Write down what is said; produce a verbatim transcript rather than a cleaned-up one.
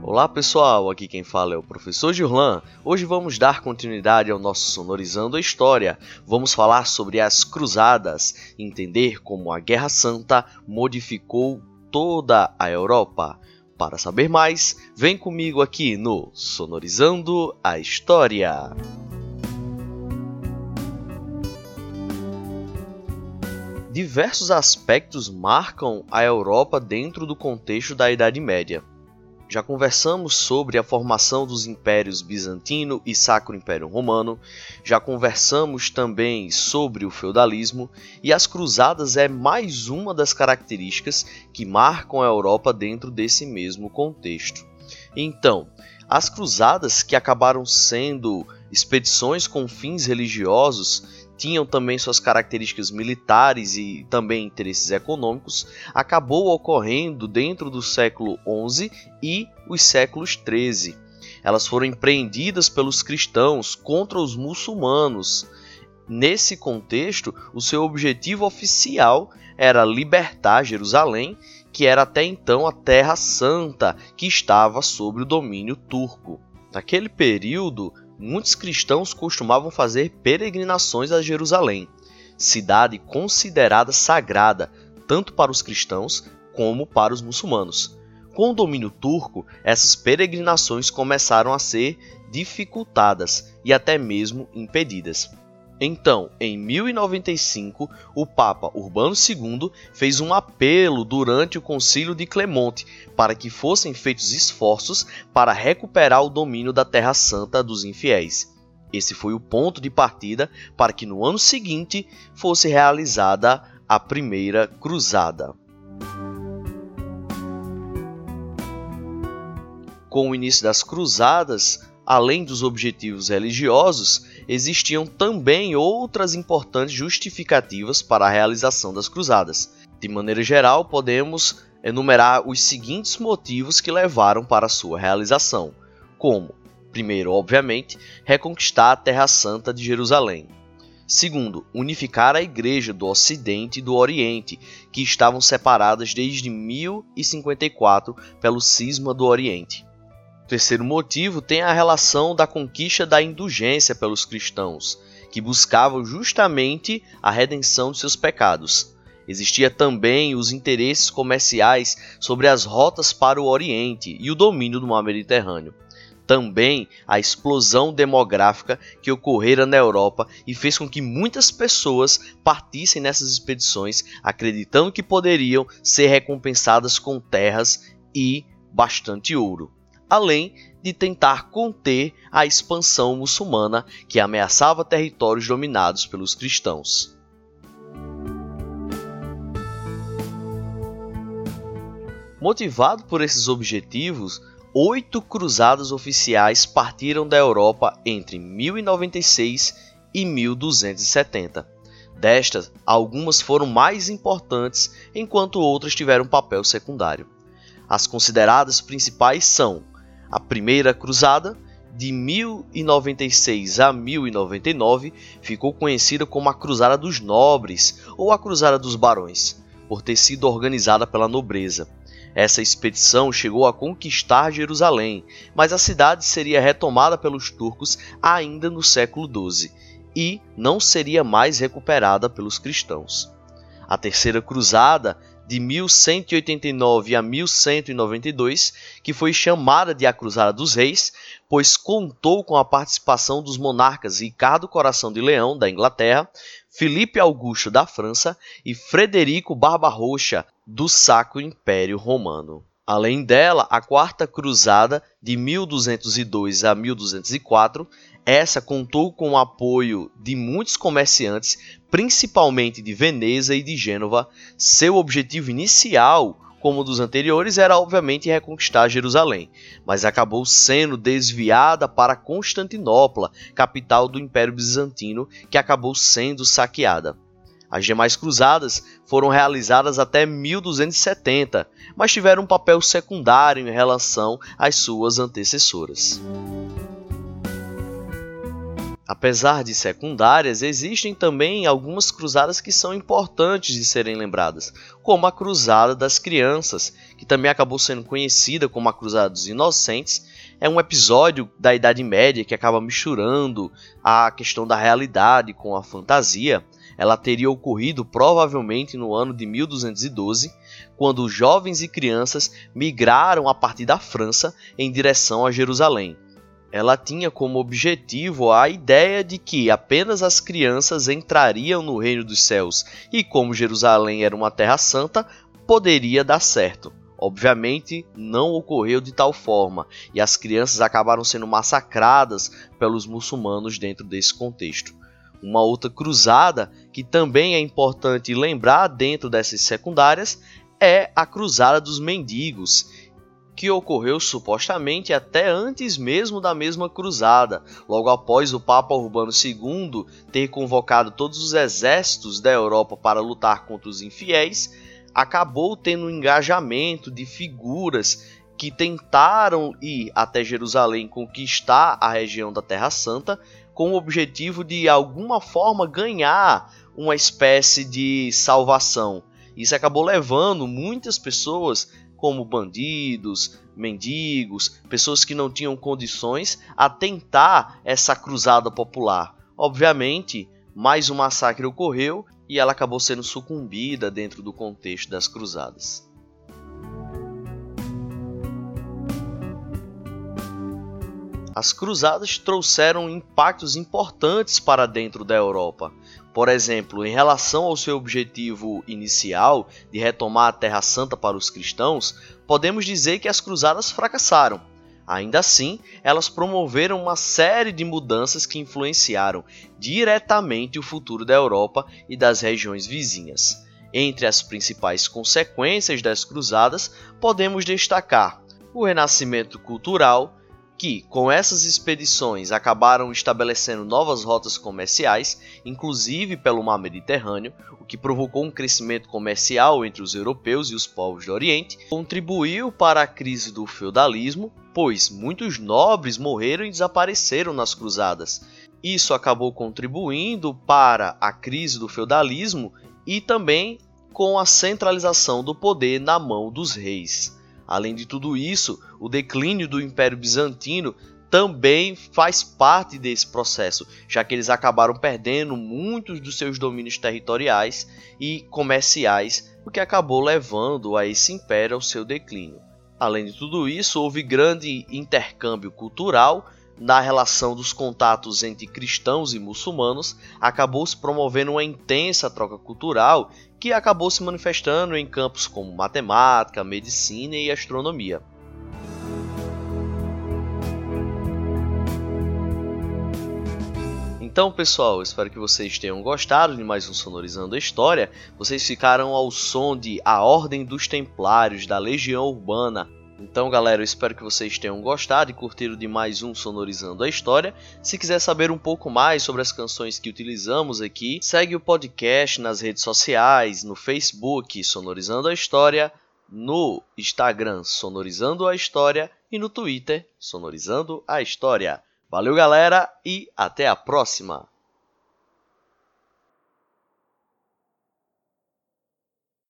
Olá pessoal, aqui quem fala é o professor Gillan. Hoje vamos dar continuidade ao nosso Sonorizando a História. Vamos falar sobre as Cruzadas, entender como a Guerra Santa modificou toda a Europa. Para saber mais, vem comigo aqui no Sonorizando a História. Diversos aspectos marcam a Europa dentro do contexto da Idade Média. Já conversamos sobre a formação dos impérios bizantino e Sacro Império Romano, já conversamos também sobre o feudalismo, e as cruzadas é mais uma das características que marcam a Europa dentro desse mesmo contexto. Então, as cruzadas, que acabaram sendo expedições com fins religiosos, tinham também suas características militares e também interesses econômicos, acabou ocorrendo dentro do século onze e os séculos treze. Elas foram empreendidas pelos cristãos contra os muçulmanos. Nesse contexto, o seu objetivo oficial era libertar Jerusalém, que era até então a Terra Santa, que estava sob o domínio turco. Naquele período, muitos cristãos costumavam fazer peregrinações a Jerusalém, cidade considerada sagrada tanto para os cristãos como para os muçulmanos. Com o domínio turco, essas peregrinações começaram a ser dificultadas e até mesmo impedidas. Então, em mil e noventa e cinco, o Papa Urbano segundo fez um apelo durante o Concílio de Clemente para que fossem feitos esforços para recuperar o domínio da Terra Santa dos infiéis. Esse foi o ponto de partida para que no ano seguinte fosse realizada a Primeira Cruzada. Com o início das Cruzadas, além dos objetivos religiosos, existiam também outras importantes justificativas para a realização das cruzadas. De maneira geral, podemos enumerar os seguintes motivos que levaram para a sua realização, como, primeiro, obviamente, reconquistar a Terra Santa de Jerusalém. Segundo, unificar a Igreja do Ocidente e do Oriente, que estavam separadas desde mil e cinquenta e quatro pelo Cisma do Oriente. O terceiro motivo tem a relação da conquista da indulgência pelos cristãos, que buscavam justamente a redenção de seus pecados. Existia também os interesses comerciais sobre as rotas para o Oriente e o domínio do mar Mediterrâneo. Também a explosão demográfica que ocorrera na Europa e fez com que muitas pessoas partissem nessas expedições, acreditando que poderiam ser recompensadas com terras e bastante ouro, além de tentar conter a expansão muçulmana que ameaçava territórios dominados pelos cristãos. Motivado por esses objetivos, oito cruzadas oficiais partiram da Europa entre mil e noventa e seis e mil duzentos e setenta. Destas, algumas foram mais importantes, enquanto outras tiveram papel secundário. As consideradas principais são a Primeira Cruzada, de mil e noventa e seis a mil e noventa e nove, ficou conhecida como a Cruzada dos Nobres ou a Cruzada dos Barões, por ter sido organizada pela nobreza. Essa expedição chegou a conquistar Jerusalém, mas a cidade seria retomada pelos turcos ainda no século doze e não seria mais recuperada pelos cristãos. A Terceira Cruzada, de mil cento e oitenta e nove a mil cento e noventa e dois, que foi chamada de a Cruzada dos Reis, pois contou com a participação dos monarcas Ricardo Coração de Leão, da Inglaterra, Filipe Augusto, da França, e Frederico Barbarroxa, do Sacro Império Romano. Além dela, a Quarta Cruzada, de mil duzentos e dois a mil duzentos e quatro, essa contou com o apoio de muitos comerciantes, principalmente de Veneza e de Gênova. Seu objetivo inicial, como dos anteriores, era obviamente reconquistar Jerusalém, mas acabou sendo desviada para Constantinopla, capital do Império Bizantino, que acabou sendo saqueada. As demais cruzadas foram realizadas até mil duzentos e setenta, mas tiveram um papel secundário em relação às suas antecessoras. Apesar de secundárias, existem também algumas cruzadas que são importantes de serem lembradas, como a Cruzada das Crianças, que também acabou sendo conhecida como a Cruzada dos Inocentes. É um episódio da Idade Média que acaba misturando a questão da realidade com a fantasia. Ela teria ocorrido provavelmente no ano de mil duzentos e doze, quando jovens e crianças migraram a partir da França em direção a Jerusalém. Ela tinha como objetivo a ideia de que apenas as crianças entrariam no reino dos céus e, como Jerusalém era uma terra santa, poderia dar certo. Obviamente, não ocorreu de tal forma e as crianças acabaram sendo massacradas pelos muçulmanos dentro desse contexto. Uma outra cruzada que também é importante lembrar dentro dessas secundárias é a Cruzada dos Mendigos, que ocorreu supostamente até antes mesmo da mesma cruzada, logo após o Papa Urbano segundo ter convocado todos os exércitos da Europa para lutar contra os infiéis. Acabou tendo um engajamento de figuras que tentaram ir até Jerusalém conquistar a região da Terra Santa, com o objetivo de alguma forma ganhar uma espécie de salvação. Isso acabou levando muitas pessoas, como bandidos, mendigos, pessoas que não tinham condições, a tentar essa cruzada popular. Obviamente, mais um massacre ocorreu e ela acabou sendo sucumbida dentro do contexto das cruzadas. As cruzadas trouxeram impactos importantes para dentro da Europa. Por exemplo, em relação ao seu objetivo inicial de retomar a Terra Santa para os cristãos, podemos dizer que as cruzadas fracassaram. Ainda assim, elas promoveram uma série de mudanças que influenciaram diretamente o futuro da Europa e das regiões vizinhas. Entre as principais consequências das cruzadas, podemos destacar o renascimento cultural, que, com essas expedições, acabaram estabelecendo novas rotas comerciais, inclusive pelo mar Mediterrâneo, o que provocou um crescimento comercial entre os europeus e os povos do Oriente, contribuiu para a crise do feudalismo, pois muitos nobres morreram e desapareceram nas cruzadas. Isso acabou contribuindo para a crise do feudalismo e também com a centralização do poder na mão dos reis. Além de tudo isso, o declínio do Império Bizantino também faz parte desse processo, já que eles acabaram perdendo muitos dos seus domínios territoriais e comerciais, o que acabou levando a esse império ao seu declínio. Além de tudo isso, houve grande intercâmbio cultural na relação dos contatos entre cristãos e muçulmanos, acabou se promovendo uma intensa troca cultural que acabou se manifestando em campos como matemática, medicina e astronomia. Então, pessoal, espero que vocês tenham gostado de mais um Sonorizando a História. Vocês ficaram ao som de A Ordem dos Templários, da Legião Urbana. Então, galera, eu espero que vocês tenham gostado e curtido de mais um Sonorizando a História. Se quiser saber um pouco mais sobre as canções que utilizamos aqui, segue o podcast nas redes sociais, no Facebook Sonorizando a História, no Instagram Sonorizando a História e no Twitter Sonorizando a História. Valeu, galera, e até a próxima!